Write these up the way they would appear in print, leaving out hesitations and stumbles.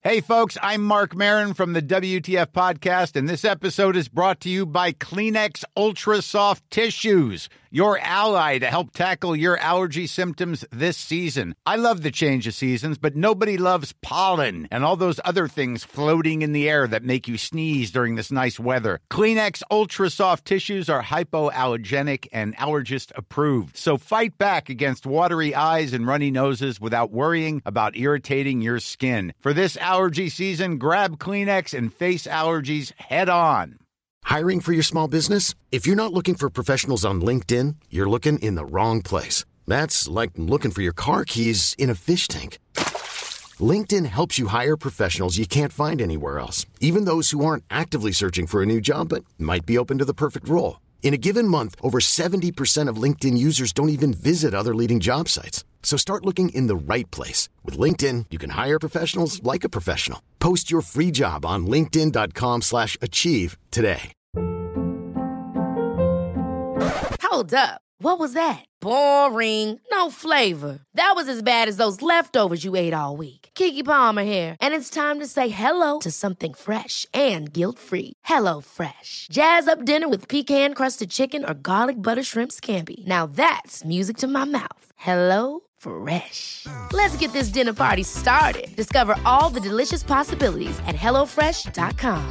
Hey, folks, I'm Mark Maron from the WTF Podcast, and this episode is brought to you by Kleenex Ultra Soft Tissues, your ally to help tackle your allergy symptoms this season. I love the change of seasons, but nobody loves pollen and all those other things floating in the air that make you sneeze during this nice weather. Kleenex Ultra Soft Tissues are hypoallergenic and allergist approved, so fight back against watery eyes and runny noses without worrying about irritating your skin. For this allergy season, grab Kleenex and face allergies head on. Hiring for your small business? If you're not looking for professionals on LinkedIn, you're looking in the wrong place. That's like looking for your car keys in a fish tank. LinkedIn helps you hire professionals you can't find anywhere else, even those who aren't actively searching for a new job but might be open to the perfect role. In a given month, over 70% of LinkedIn users don't even visit other leading job sites. So start looking in the right place. With LinkedIn, you can hire professionals like a professional. Post your free job on linkedin.com/achieve today. Hold up. What was that? Boring. No flavor. That was as bad as those leftovers you ate all week. Keke Palmer here. And it's time to say hello to something fresh and guilt-free. Hello Fresh. Jazz up dinner with pecan-crusted chicken or garlic butter shrimp scampi. Now that's music to my mouth. Hello Fresh. Let's get this dinner party started. Discover all the delicious possibilities at hellofresh.com.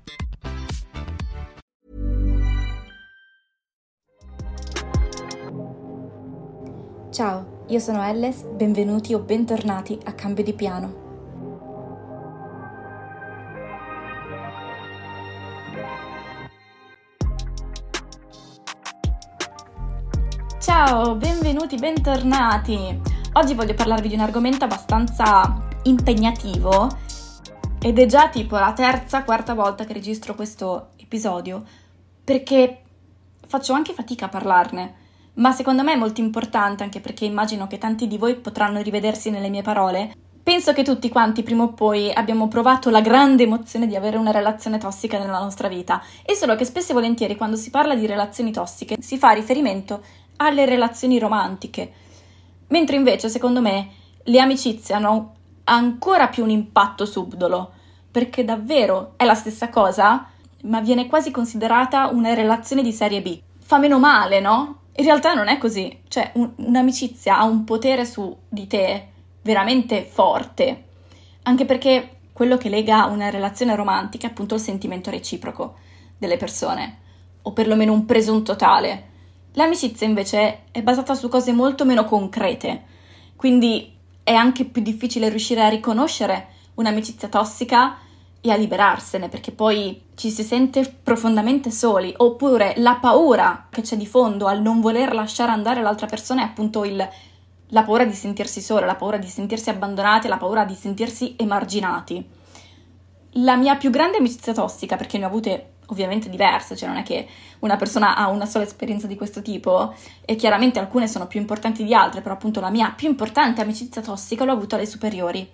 Ciao, io sono Elles, benvenuti o bentornati a Cambio di Piano. Ciao, benvenuti, bentornati! Oggi voglio parlarvi di un argomento abbastanza impegnativo ed è già tipo la terza, quarta volta che registro questo episodio perché faccio anche fatica a parlarne. Ma secondo me è molto importante, anche perché immagino che tanti di voi potranno rivedersi nelle mie parole. Penso che tutti quanti prima o poi abbiamo provato la grande emozione di avere una relazione tossica nella nostra vita, e solo che spesso e volentieri quando si parla di relazioni tossiche si fa riferimento alle relazioni romantiche, mentre invece secondo me le amicizie hanno ancora più un impatto subdolo, perché davvero è la stessa cosa, ma viene quasi considerata una relazione di serie B. Fa meno male, no? In realtà non è così, cioè un'amicizia ha un potere su di te veramente forte, anche perché quello che lega una relazione romantica è appunto il sentimento reciproco delle persone, o perlomeno un presunto tale. L'amicizia invece è basata su cose molto meno concrete, quindi è anche più difficile riuscire a riconoscere un'amicizia tossica e a liberarsene, perché poi ci si sente profondamente soli, oppure la paura che c'è di fondo al non voler lasciare andare l'altra persona è appunto la paura di sentirsi soli, la paura di sentirsi abbandonati, la paura di sentirsi emarginati. La mia più grande amicizia tossica, perché ne ho avute ovviamente diverse, cioè non è che una persona ha una sola esperienza di questo tipo, e chiaramente alcune sono più importanti di altre, però appunto la mia più importante amicizia tossica l'ho avuta alle superiori.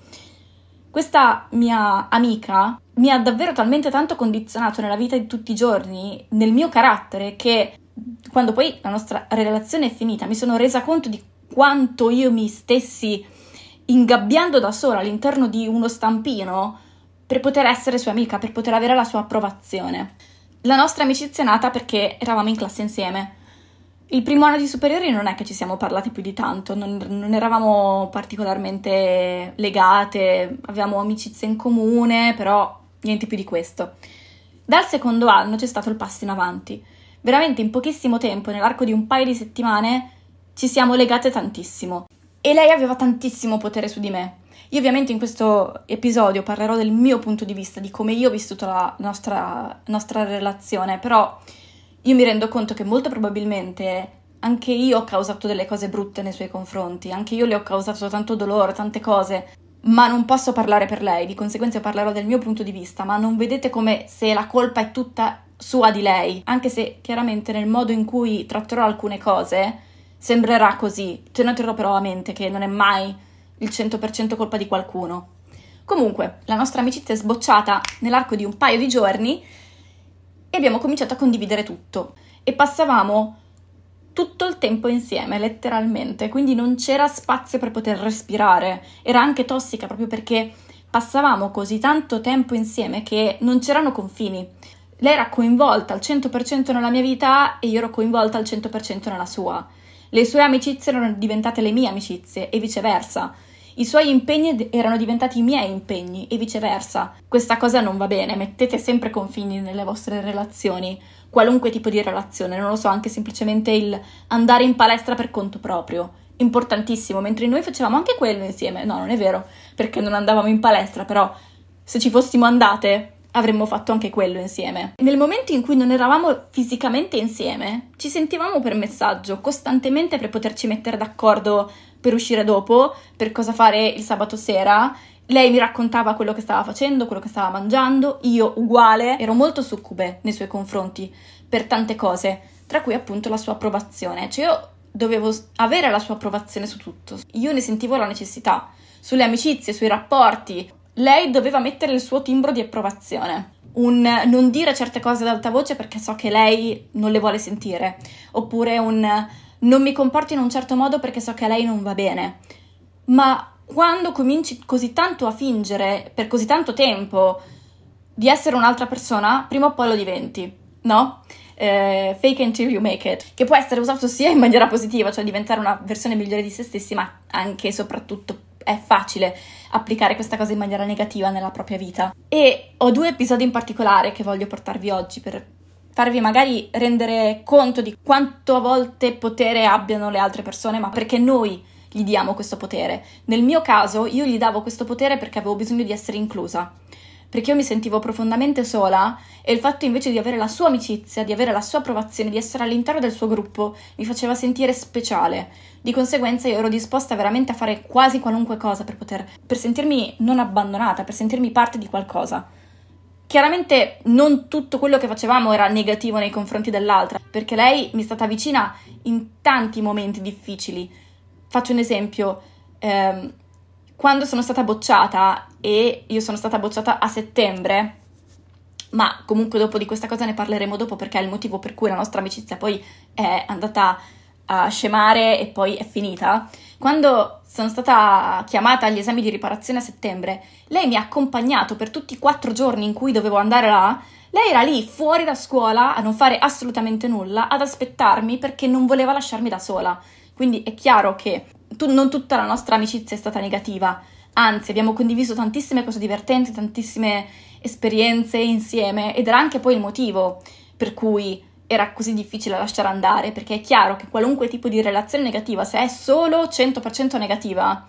Questa mia amica mi ha davvero talmente tanto condizionato nella vita di tutti i giorni, nel mio carattere, che quando poi la nostra relazione è finita mi sono resa conto di quanto io mi stessi ingabbiando da sola all'interno di uno stampino per poter essere sua amica, per poter avere la sua approvazione. La nostra amicizia è nata perché eravamo in classe insieme. Il primo anno di superiori non è che ci siamo parlati più di tanto, non eravamo particolarmente legate, avevamo amicizie in comune, però niente più di questo. Dal secondo anno c'è stato il passo in avanti. Veramente in pochissimo tempo, nell'arco di un paio di settimane, ci siamo legate tantissimo. E lei aveva tantissimo potere su di me. Io ovviamente in questo episodio parlerò del mio punto di vista, di come io ho vissuto la nostra relazione, però io mi rendo conto che molto probabilmente anche io ho causato delle cose brutte nei suoi confronti, anche io le ho causato tanto dolore, tante cose, ma non posso parlare per lei, di conseguenza parlerò del mio punto di vista, ma non vedete come se la colpa è tutta sua di lei, anche se chiaramente nel modo in cui tratterò alcune cose sembrerà così, tenetelo però a mente che non è mai il 100% colpa di qualcuno. Comunque, la nostra amicizia è sbocciata nell'arco di un paio di giorni e abbiamo cominciato a condividere tutto e passavamo tutto il tempo insieme, letteralmente, quindi non c'era spazio per poter respirare. Era anche tossica proprio perché passavamo così tanto tempo insieme che non c'erano confini. Lei era coinvolta al 100% nella mia vita e io ero coinvolta al 100% nella sua. Le sue amicizie erano diventate le mie amicizie e viceversa. I suoi impegni erano diventati i miei impegni e viceversa. Questa cosa non va bene, mettete sempre confini nelle vostre relazioni, qualunque tipo di relazione, non lo so, anche semplicemente il andare in palestra per conto proprio. Importantissimo, mentre noi facevamo anche quello insieme. No, non è vero, perché non andavamo in palestra, però se ci fossimo andate avremmo fatto anche quello insieme. Nel momento in cui non eravamo fisicamente insieme, ci sentivamo per messaggio costantemente per poterci mettere d'accordo per uscire dopo, per cosa fare il sabato sera. Lei mi raccontava quello che stava facendo, quello che stava mangiando, io uguale. Ero molto succube nei suoi confronti per tante cose, tra cui appunto la sua approvazione. Cioè io dovevo avere la sua approvazione su tutto. Io ne sentivo la necessità. Sulle amicizie, sui rapporti, lei doveva mettere il suo timbro di approvazione. Un non dire certe cose ad alta voce perché so che lei non le vuole sentire. Oppure un non mi comporto in un certo modo perché so che a lei non va bene. Ma quando cominci così tanto a fingere per così tanto tempo di essere un'altra persona, prima o poi lo diventi, no? Fake until you make it, che può essere usato sia in maniera positiva, cioè diventare una versione migliore di se stessi, ma anche e soprattutto è facile applicare questa cosa in maniera negativa nella propria vita. E ho 2 episodi in particolare che voglio portarvi oggi per farvi magari rendere conto di quanto a volte potere abbiano le altre persone, ma perché noi gli diamo questo potere. Nel mio caso io gli davo questo potere perché avevo bisogno di essere inclusa, perché io mi sentivo profondamente sola e il fatto invece di avere la sua amicizia, di avere la sua approvazione, di essere all'interno del suo gruppo mi faceva sentire speciale. Di conseguenza io ero disposta veramente a fare quasi qualunque cosa per sentirmi non abbandonata, per sentirmi parte di qualcosa. Chiaramente non tutto quello che facevamo era negativo nei confronti dell'altra, perché lei mi è stata vicina in tanti momenti difficili. Faccio un esempio, quando sono stata bocciata, e io sono stata bocciata a settembre, ma comunque dopo di questa cosa ne parleremo dopo perché è il motivo per cui la nostra amicizia poi è andata a scemare e poi è finita. Quando sono stata chiamata agli esami di riparazione a settembre, lei mi ha accompagnato per tutti i 4 giorni in cui dovevo andare là. Lei era lì fuori da scuola a non fare assolutamente nulla, ad aspettarmi perché non voleva lasciarmi da sola. Quindi è chiaro che non tutta la nostra amicizia è stata negativa, anzi abbiamo condiviso tantissime cose divertenti, tantissime esperienze insieme, ed era anche poi il motivo per cui era così difficile lasciare andare, perché è chiaro che qualunque tipo di relazione negativa, se è solo 100% negativa,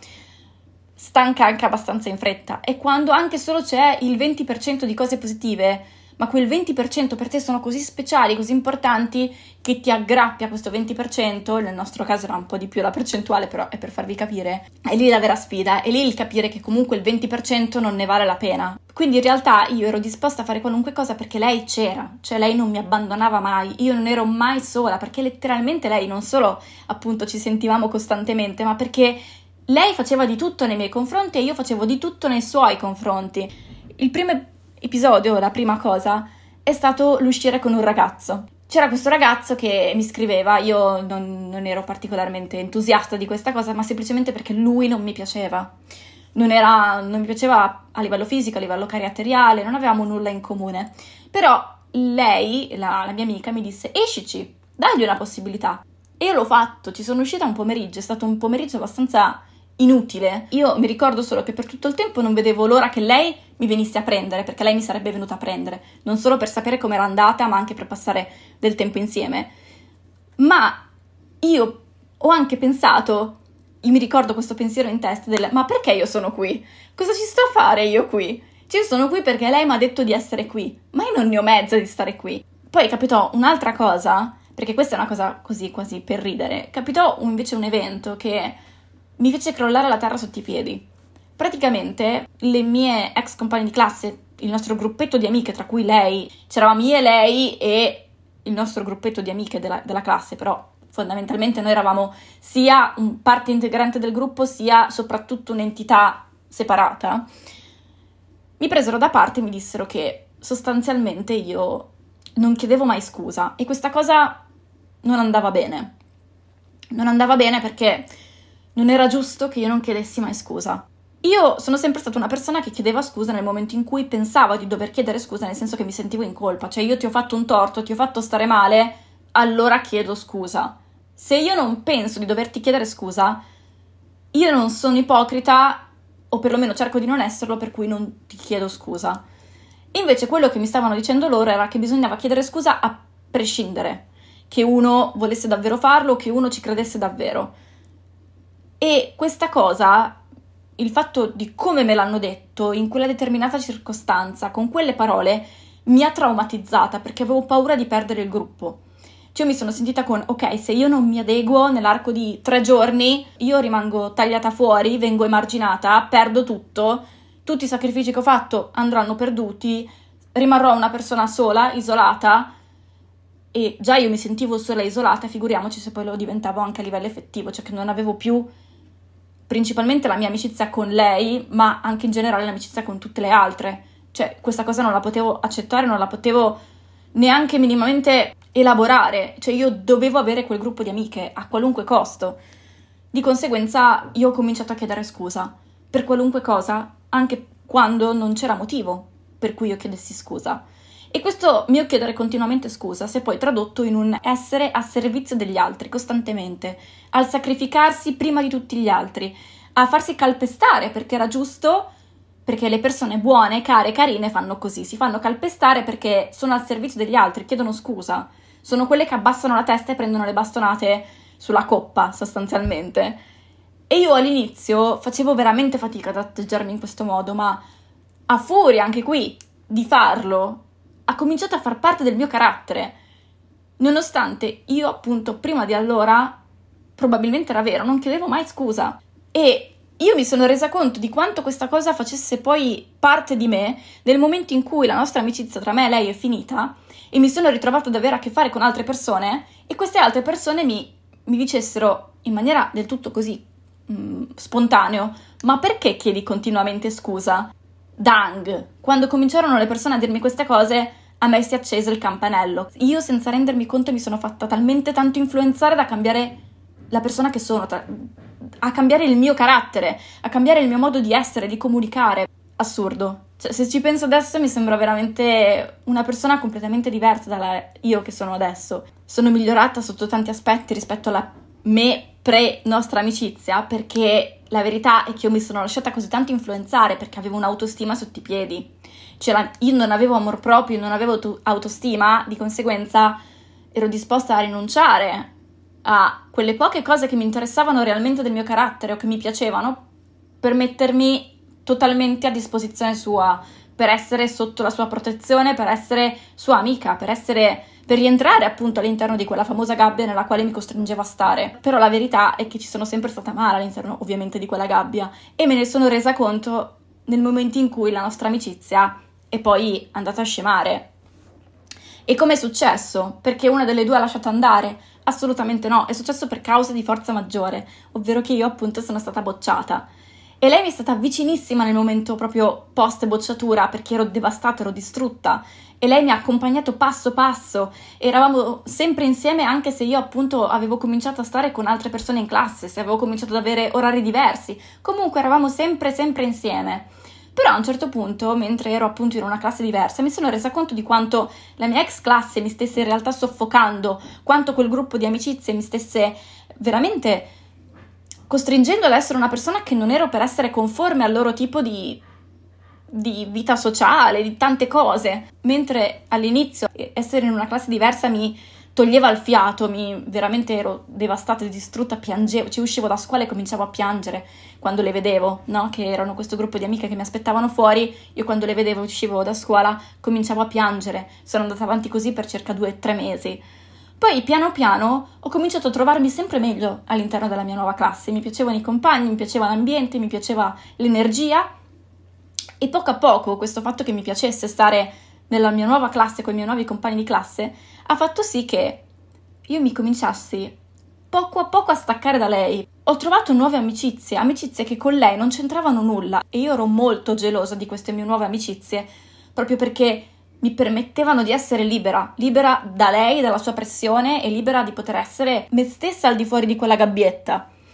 stanca anche abbastanza in fretta. E quando anche solo c'è il 20% di cose positive, ma quel 20% per te sono così speciali, così importanti, che ti aggrappi a questo 20%, nel nostro caso era un po' di più la percentuale, però è per farvi capire, è lì la vera sfida, è lì il capire che comunque il 20% non ne vale la pena. Quindi in realtà io ero disposta a fare qualunque cosa perché lei c'era, cioè lei non mi abbandonava mai, io non ero mai sola, perché letteralmente lei non solo appunto ci sentivamo costantemente, ma perché lei faceva di tutto nei miei confronti e io facevo di tutto nei suoi confronti. Il primo episodio, la prima cosa, è stato l'uscire con un ragazzo. C'era questo ragazzo che mi scriveva, io non ero particolarmente entusiasta di questa cosa, ma semplicemente perché lui non mi piaceva. Non mi piaceva a livello fisico, a livello caratteriale, non avevamo nulla in comune. Però lei, la mia amica, mi disse: escici, dagli una possibilità. E io l'ho fatto, ci sono uscita un pomeriggio, è stato un pomeriggio abbastanza inutile. Io mi ricordo solo che per tutto il tempo non vedevo l'ora che lei mi venisse a prendere, perché lei mi sarebbe venuta a prendere, non solo per sapere com'era andata, ma anche per passare del tempo insieme. Ma io ho anche pensato, mi ricordo questo pensiero in testa ma perché io sono qui? Cosa ci sto a fare io qui? Ci sono qui perché lei mi ha detto di essere qui, ma io non ne ho mezzo di stare qui. Poi capitò un'altra cosa, perché questa è una cosa così quasi per ridere, capitò invece un evento che mi fece crollare la terra sotto i piedi. Praticamente le mie ex compagne di classe, il nostro gruppetto di amiche, tra cui lei, c'eravamo io e lei e il nostro gruppetto di amiche della classe, però fondamentalmente noi eravamo sia un parte integrante del gruppo, sia soprattutto un'entità separata. Mi presero da parte e mi dissero che sostanzialmente io non chiedevo mai scusa e questa cosa non andava bene. Non andava bene perché non era giusto che io non chiedessi mai scusa. Io sono sempre stata una persona che chiedeva scusa nel momento in cui pensavo di dover chiedere scusa, nel senso che mi sentivo in colpa. Cioè, io ti ho fatto un torto, ti ho fatto stare male, allora chiedo scusa. Se io non penso di doverti chiedere scusa, io non sono ipocrita, o perlomeno cerco di non esserlo, per cui non ti chiedo scusa. Invece quello che mi stavano dicendo loro era che bisognava chiedere scusa a prescindere, che uno volesse davvero farlo, che uno ci credesse davvero. E questa cosa, il fatto di come me l'hanno detto, in quella determinata circostanza, con quelle parole, mi ha traumatizzata, perché avevo paura di perdere il gruppo. Cioè mi sono sentita con, ok, se io non mi adeguo nell'arco di 3 giorni, io rimango tagliata fuori, vengo emarginata, perdo tutto, tutti i sacrifici che ho fatto andranno perduti, rimarrò una persona sola, isolata, e già io mi sentivo sola e isolata, figuriamoci se poi lo diventavo anche a livello effettivo, cioè che non avevo più principalmente la mia amicizia con lei, ma anche in generale l'amicizia con tutte le altre. Cioè questa cosa non la potevo accettare, non la potevo neanche minimamente elaborare, cioè io dovevo avere quel gruppo di amiche a qualunque costo. Di conseguenza io ho cominciato a chiedere scusa per qualunque cosa, anche quando non c'era motivo per cui io chiedessi scusa. E questo mio chiedere continuamente scusa si è poi tradotto in un essere a servizio degli altri costantemente, al sacrificarsi prima di tutti gli altri, a farsi calpestare perché era giusto, perché le persone buone, care, carine fanno così, si fanno calpestare perché sono al servizio degli altri, chiedono scusa. Sono quelle che abbassano la testa e prendono le bastonate sulla coppa, sostanzialmente. E io all'inizio facevo veramente fatica ad atteggiarmi in questo modo, ma a furia anche qui di farlo, ha cominciato a far parte del mio carattere. Nonostante io appunto prima di allora, probabilmente era vero, non chiedevo mai scusa. E io mi sono resa conto di quanto questa cosa facesse poi parte di me nel momento in cui la nostra amicizia tra me e lei è finita e mi sono ritrovata ad avere a che fare con altre persone e queste altre persone mi dicessero in maniera del tutto così spontaneo: ma perché chiedi continuamente scusa? Dang! Quando cominciarono le persone a dirmi queste cose, a me si è acceso il campanello. Io, senza rendermi conto, mi sono fatta talmente tanto influenzare da cambiare la persona che sono, a cambiare il mio carattere, a cambiare il mio modo di essere, di comunicare. Assurdo. Cioè, se ci penso adesso mi sembra veramente una persona completamente diversa dalla io che sono adesso. Sono migliorata sotto tanti aspetti rispetto alla me pre-nostra amicizia, perché la verità è che io mi sono lasciata così tanto influenzare perché avevo un'autostima sotto i piedi. Cioè, io non avevo amor proprio, non avevo autostima, di conseguenza ero disposta a rinunciare a quelle poche cose che mi interessavano realmente del mio carattere o che mi piacevano per mettermi totalmente a disposizione sua, per essere sotto la sua protezione, per essere sua amica, per rientrare appunto all'interno di quella famosa gabbia nella quale mi costringeva a stare. Però la verità è che ci sono sempre stata male all'interno ovviamente di quella gabbia e me ne sono resa conto nel momento in cui la nostra amicizia è poi andata a scemare. E come è successo? Perché una delle due ha lasciato andare? Assolutamente no, è successo per causa di forza maggiore, ovvero che io appunto sono stata bocciata. E lei mi è stata vicinissima nel momento proprio post bocciatura, perché ero devastata, ero distrutta, e lei mi ha accompagnato passo passo, eravamo sempre insieme anche se io appunto avevo cominciato a stare con altre persone in classe, se avevo cominciato ad avere orari diversi, comunque eravamo sempre insieme. Però a un certo punto, mentre ero appunto in una classe diversa, mi sono resa conto di quanto la mia ex classe mi stesse in realtà soffocando, quanto quel gruppo di amicizie mi stesse veramente costringendo ad essere una persona che non ero per essere conforme al loro tipo di vita sociale, di tante cose. Mentre all'inizio essere in una classe diversa mi toglieva il fiato, veramente ero devastata e distrutta, piangevo, ci uscivo da scuola e cominciavo a piangere quando le vedevo, no? Che erano questo gruppo di amiche che mi aspettavano fuori, io quando le vedevo uscivo da scuola, cominciavo a piangere, sono andata avanti così per circa 2-3 mesi. Poi piano piano ho cominciato a trovarmi sempre meglio all'interno della mia nuova classe, mi piacevano i compagni, mi piaceva l'ambiente, mi piaceva l'energia e poco a poco questo fatto che mi piacesse stare nella mia nuova classe con i miei nuovi compagni di classe ha fatto sì che io mi cominciassi poco a poco a staccare da lei. Ho trovato nuove amicizie che con lei non c'entravano nulla e io ero molto gelosa di queste mie nuove amicizie proprio perché mi permettevano di essere libera da lei, dalla sua pressione e libera di poter essere me stessa al di fuori di quella gabbietta.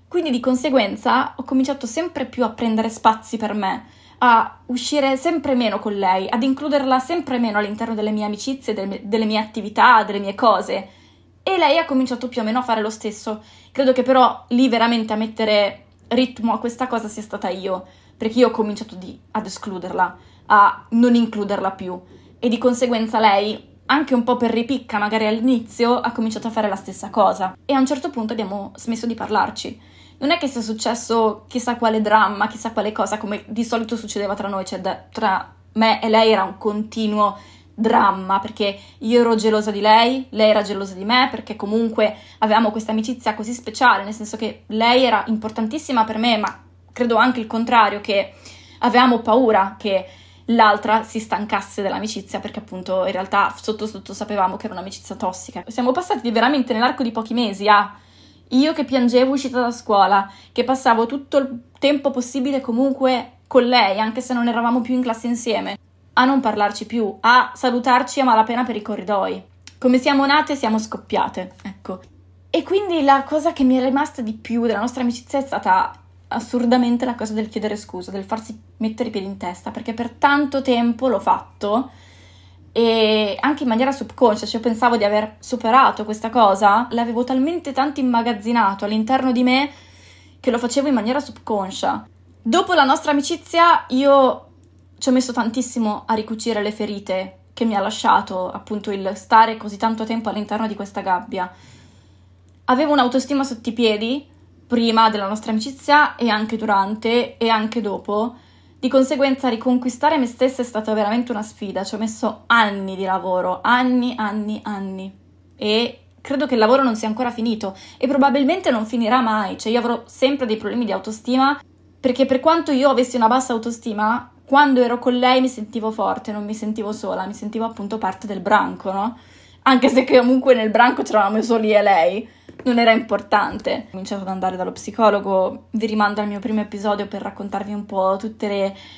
Quindi di conseguenza ho cominciato sempre più a prendere spazi per me, a uscire sempre meno con lei, ad includerla sempre meno all'interno delle mie amicizie, delle mie attività, delle mie cose. E lei ha cominciato più o meno a fare lo stesso. Credo che però lì veramente a mettere ritmo a questa cosa sia stata io, perché io ho cominciato ad escluderla, a non includerla più. E di conseguenza lei, anche un po' per ripicca magari all'inizio, ha cominciato a fare la stessa cosa. E a un certo punto abbiamo smesso di parlarci. Non è che sia successo chissà quale dramma, chissà quale cosa, come di solito succedeva tra noi, cioè tra me e lei era un continuo dramma, perché io ero gelosa di lei era gelosa di me, perché comunque avevamo questa amicizia così speciale, nel senso che lei era importantissima per me, ma credo anche il contrario, che avevamo paura che l'altra si stancasse dell'amicizia, perché appunto in realtà sotto sotto sapevamo che era un'amicizia tossica. Siamo passati veramente nell'arco di pochi mesi a io che piangevo uscita da scuola, che passavo tutto il tempo possibile comunque con lei, anche se non eravamo più in classe insieme, a non parlarci più, a salutarci a malapena per i corridoi. Come siamo nate, siamo scoppiate, ecco. E quindi la cosa che mi è rimasta di più della nostra amicizia è stata assurdamente la cosa del chiedere scusa, del farsi mettere i piedi in testa, perché per tanto tempo l'ho fatto e anche in maniera subconscia, cioè io pensavo di aver superato questa cosa, l'avevo talmente tanto immagazzinato all'interno di me che lo facevo in maniera subconscia. Dopo la nostra amicizia io ci ho messo tantissimo a ricucire le ferite che mi ha lasciato appunto il stare così tanto tempo all'interno di questa gabbia. Avevo un'autostima sotto i piedi prima della nostra amicizia e anche durante e anche dopo. Di conseguenza riconquistare me stessa è stata veramente una sfida, ci ho messo anni di lavoro, anni, e credo che il lavoro non sia ancora finito e probabilmente non finirà mai, cioè io avrò sempre dei problemi di autostima, perché per quanto io avessi una bassa autostima, quando ero con lei mi sentivo forte, non mi sentivo sola, mi sentivo appunto parte del branco, no? Anche se comunque nel branco c'eravamo solo io e lei, non era importante. Ho cominciato ad andare dallo psicologo, vi rimando al mio primo episodio per raccontarvi un po' tutte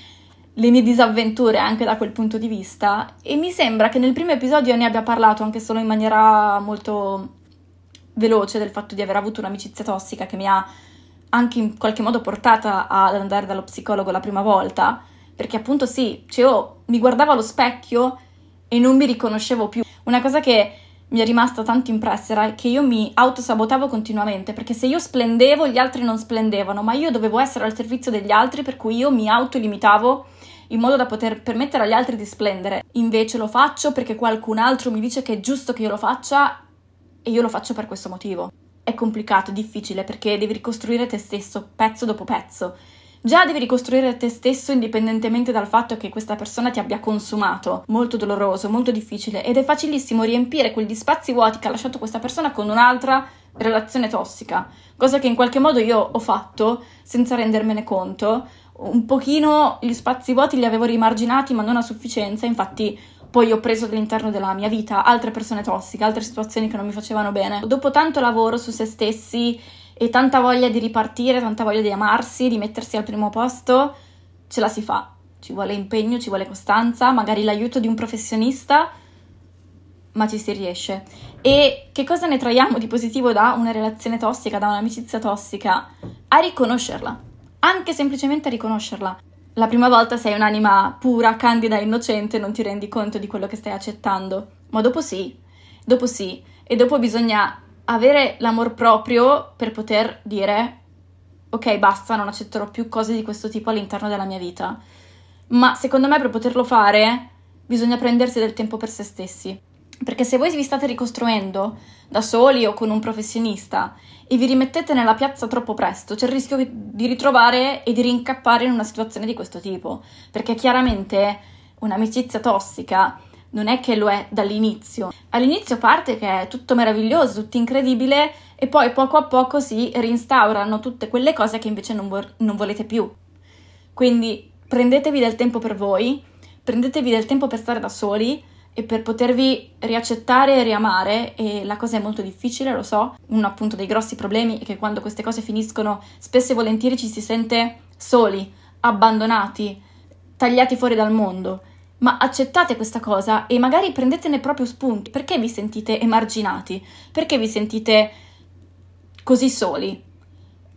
le mie disavventure anche da quel punto di vista, e mi sembra che nel primo episodio ne abbia parlato anche solo in maniera molto veloce del fatto di aver avuto un'amicizia tossica che mi ha anche in qualche modo portata ad andare dallo psicologo la prima volta, perché appunto sì, cioè io mi guardavo allo specchio e non mi riconoscevo più. Una cosa che mi è rimasta tanto impressa era che io mi autosabotavo continuamente, perché se io splendevo gli altri non splendevano, ma io dovevo essere al servizio degli altri, per cui io mi autolimitavo in modo da poter permettere agli altri di splendere. Invece lo faccio perché qualcun altro mi dice che è giusto che io lo faccia e io lo faccio per questo motivo. È complicato, difficile, perché devi ricostruire te stesso pezzo dopo pezzo. Già devi ricostruire te stesso indipendentemente dal fatto che questa persona ti abbia consumato. Molto doloroso, molto difficile, ed è facilissimo riempire quegli spazi vuoti che ha lasciato questa persona con un'altra relazione tossica, cosa che in qualche modo io ho fatto senza rendermene conto. Un pochino gli spazi vuoti li avevo rimarginati, ma non a sufficienza. Infatti poi ho preso all'interno della mia vita altre persone tossiche, altre situazioni che non mi facevano bene. Dopo tanto lavoro su se stessi e tanta voglia di ripartire, tanta voglia di amarsi, di mettersi al primo posto, ce la si fa. Ci vuole impegno, ci vuole costanza, magari l'aiuto di un professionista, ma ci si riesce. E che cosa ne traiamo di positivo da una relazione tossica, da un'amicizia tossica? A riconoscerla, anche semplicemente a riconoscerla. La prima volta sei un'anima pura, candida, innocente, non ti rendi conto di quello che stai accettando, ma dopo sì, e dopo bisogna avere l'amor proprio per poter dire ok, basta, non accetterò più cose di questo tipo all'interno della mia vita. Ma secondo me per poterlo fare bisogna prendersi del tempo per se stessi, perché se voi vi state ricostruendo da soli o con un professionista e vi rimettete nella piazza troppo presto, c'è il rischio di ritrovare e di rincappare in una situazione di questo tipo, perché chiaramente un'amicizia tossica non è che lo è dall'inizio. All'inizio parte che è tutto meraviglioso, tutto incredibile, e poi poco a poco si reinstaurano tutte quelle cose che invece non volete più. Quindi prendetevi del tempo per voi, prendetevi del tempo per stare da soli e per potervi riaccettare e riamare, e la cosa è molto difficile, lo so. Uno appunto dei grossi problemi è che quando queste cose finiscono spesso e volentieri ci si sente soli, abbandonati, tagliati fuori dal mondo. Ma accettate questa cosa e magari prendetene proprio spunto. Perché vi sentite emarginati? Perché vi sentite così soli?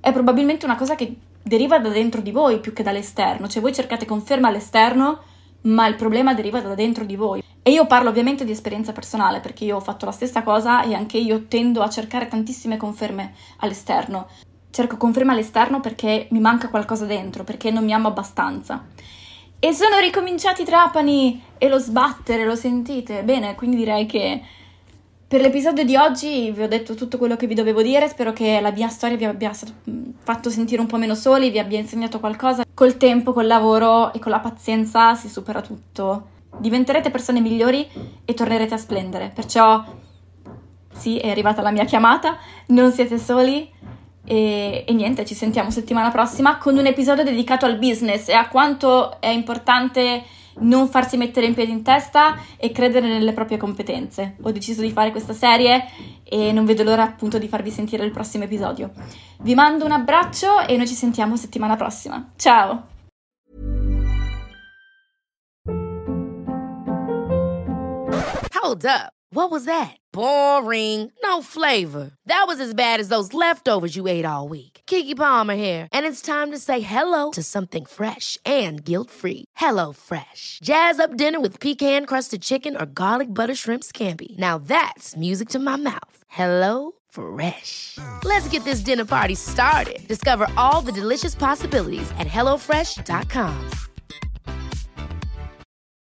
è probabilmente una cosa che deriva da dentro di voi più che dall'esterno, cioè voi cercate conferma all'esterno, ma il problema deriva da dentro di voi. E io parlo ovviamente di esperienza personale, perché io ho fatto la stessa cosa e anche io tendo a cercare tantissime conferme all'esterno. Cerco conferme all'esterno perché mi manca qualcosa dentro, perché non mi amo abbastanza. E sono ricominciati i trapani e lo sbattere, lo sentite? Bene, quindi direi che per l'episodio di oggi vi ho detto tutto quello che vi dovevo dire, spero che la mia storia vi abbia fatto sentire un po' meno soli, vi abbia insegnato qualcosa. Col tempo, col lavoro e con la pazienza si supera tutto. Diventerete persone migliori e tornerete a splendere. Perciò, sì, è arrivata la mia chiamata, non siete soli e niente, ci sentiamo settimana prossima con un episodio dedicato al business e a quanto è importante non farsi mettere in piedi in testa e credere nelle proprie competenze. Ho deciso di fare questa serie e non vedo l'ora appunto di farvi sentire il prossimo episodio. Vi mando un abbraccio e noi ci sentiamo settimana prossima. Ciao! Hold up. What was that? Boring. No flavor. That was as bad as those leftovers you ate all week. Keke Palmer here, and it's time to say hello to something fresh and guilt-free. HelloFresh. Jazz up dinner with pecan-crusted chicken or garlic butter shrimp scampi. Now that's music to my mouth. HelloFresh. Let's get this dinner party started. Discover all the delicious possibilities at HelloFresh.com.